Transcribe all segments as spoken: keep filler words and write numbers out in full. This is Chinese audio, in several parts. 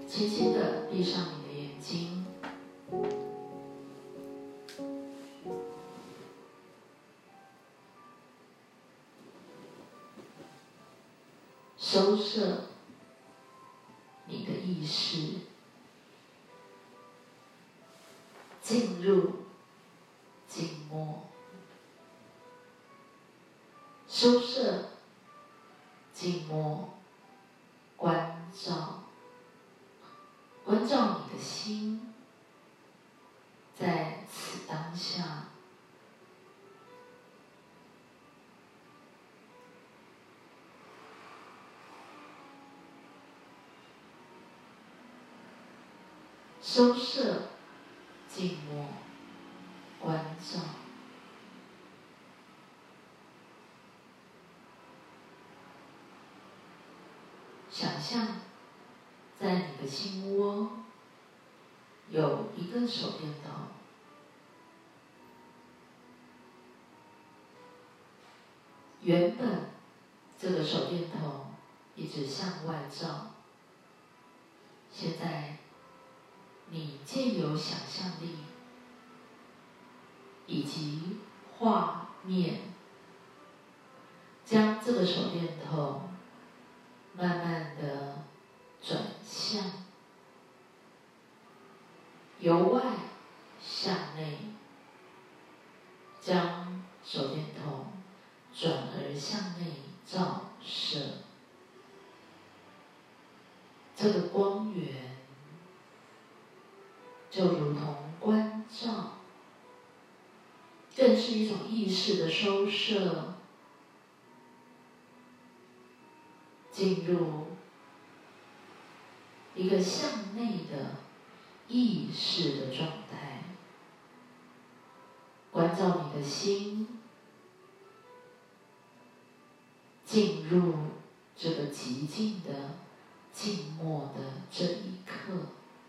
轻轻地闭上你的眼睛，收摄你的意识，进入静默，收摄静默，关照，关照你的心，在此当下，收摄静默，关照。想象在你的心窝有一个手电筒，原本这个手电筒一直向外照，现在你借由想象力以及画面，将这个手电筒慢慢的转向，由外向内，将手电筒转而向内照射。这个光源就如同关照，更是一种意识的收摄，进入一个向内的意识的状态，关照你的心，进入这个极静的静默的这一刻，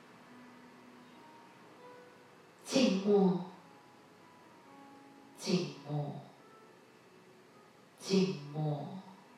静默，静默，静默。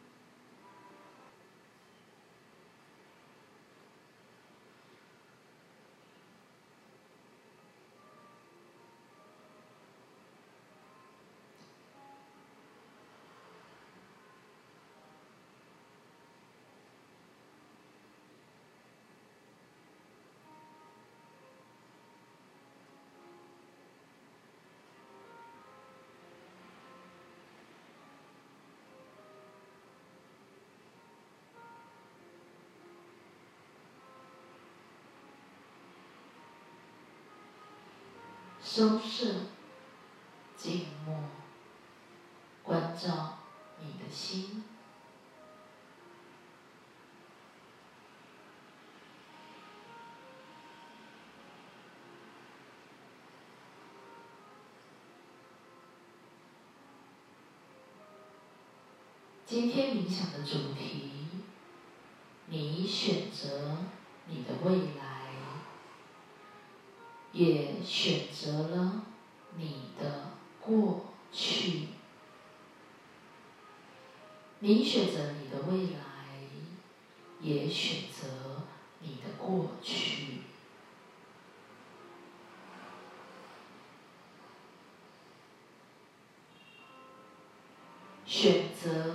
收摄静默，关照你的心。今天冥想的主题，你选择你的未来，也选择了你的过去。你选择你的未来，也选择你的过去。选择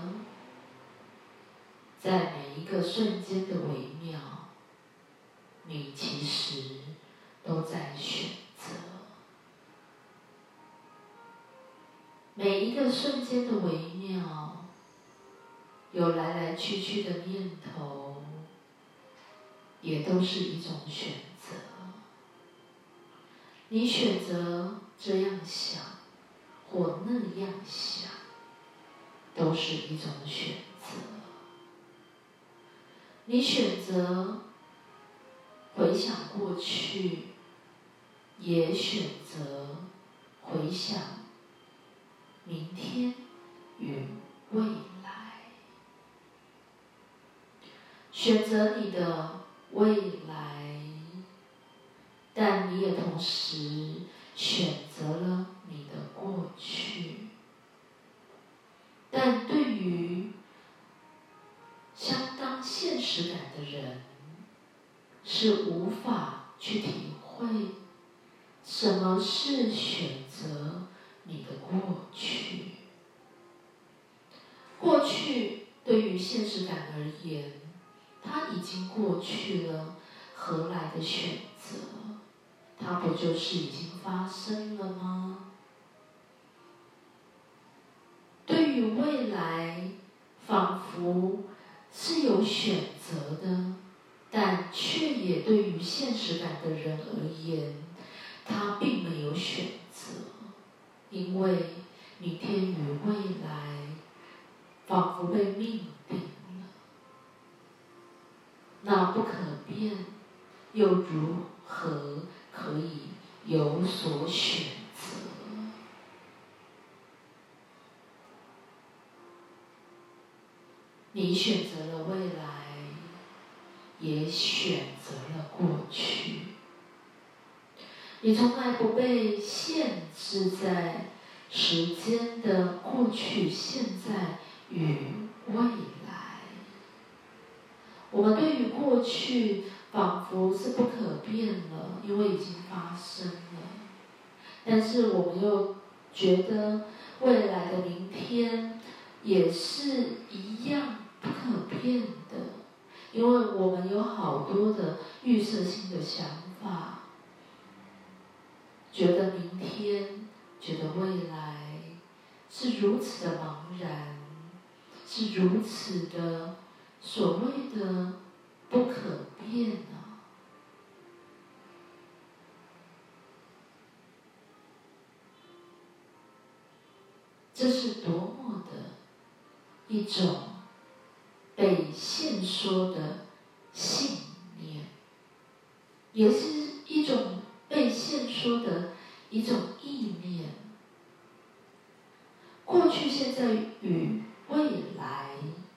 在每一个瞬间的微妙，你其实都在选择。每一个瞬间的微妙，有来来去去的念头，也都是一种选择。你选择这样想，或那样想，都是一种选择。你选择回想过去，也选择回想明天与未来。选择你的未来，但你也同时选择了你的过去。但对于相当现实感的人， 是无法去体会什么是选择你的过去。过去对于现实感而言，它已经过去了，何来的选择？它不就是已经发生了吗？对于未来，仿佛是有选择的，但却也对于现实感的人而言，他并没有选择，因为明天与未来仿佛被命定了。那不可变，又如何可以有所选择？你选择了未来，也选择了过去。你从来不被限制在时间的过去、现在与未来。我们对于过去仿佛是不可变了，因为已经发生了。但是我们又觉得未来的明天也是一样不可变的，因为我们有好多的预设性的想法，觉得明天，觉得未来是如此的茫然，是如此的所谓的不可变啊。这是多么的一种被限缩的信念，也是一种被限缩的一种意念。过去、现在与未来，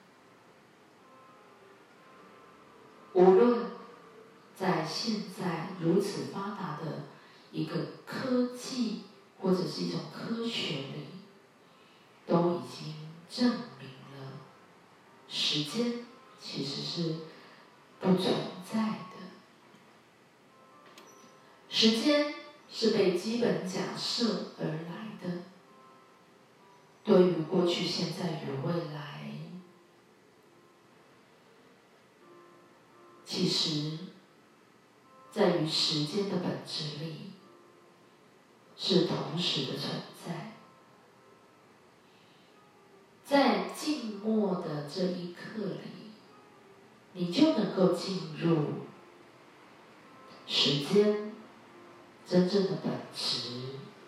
无论在现在如此发达的一个科技或者是一种科学里，都已经证明了时间其实是不存在的。时间是被基本假设而来的。对于过去、现在与未来，其实在于时间的本质里是同时的存在。在静默的这一刻里，你就能够进入时间真正的本质。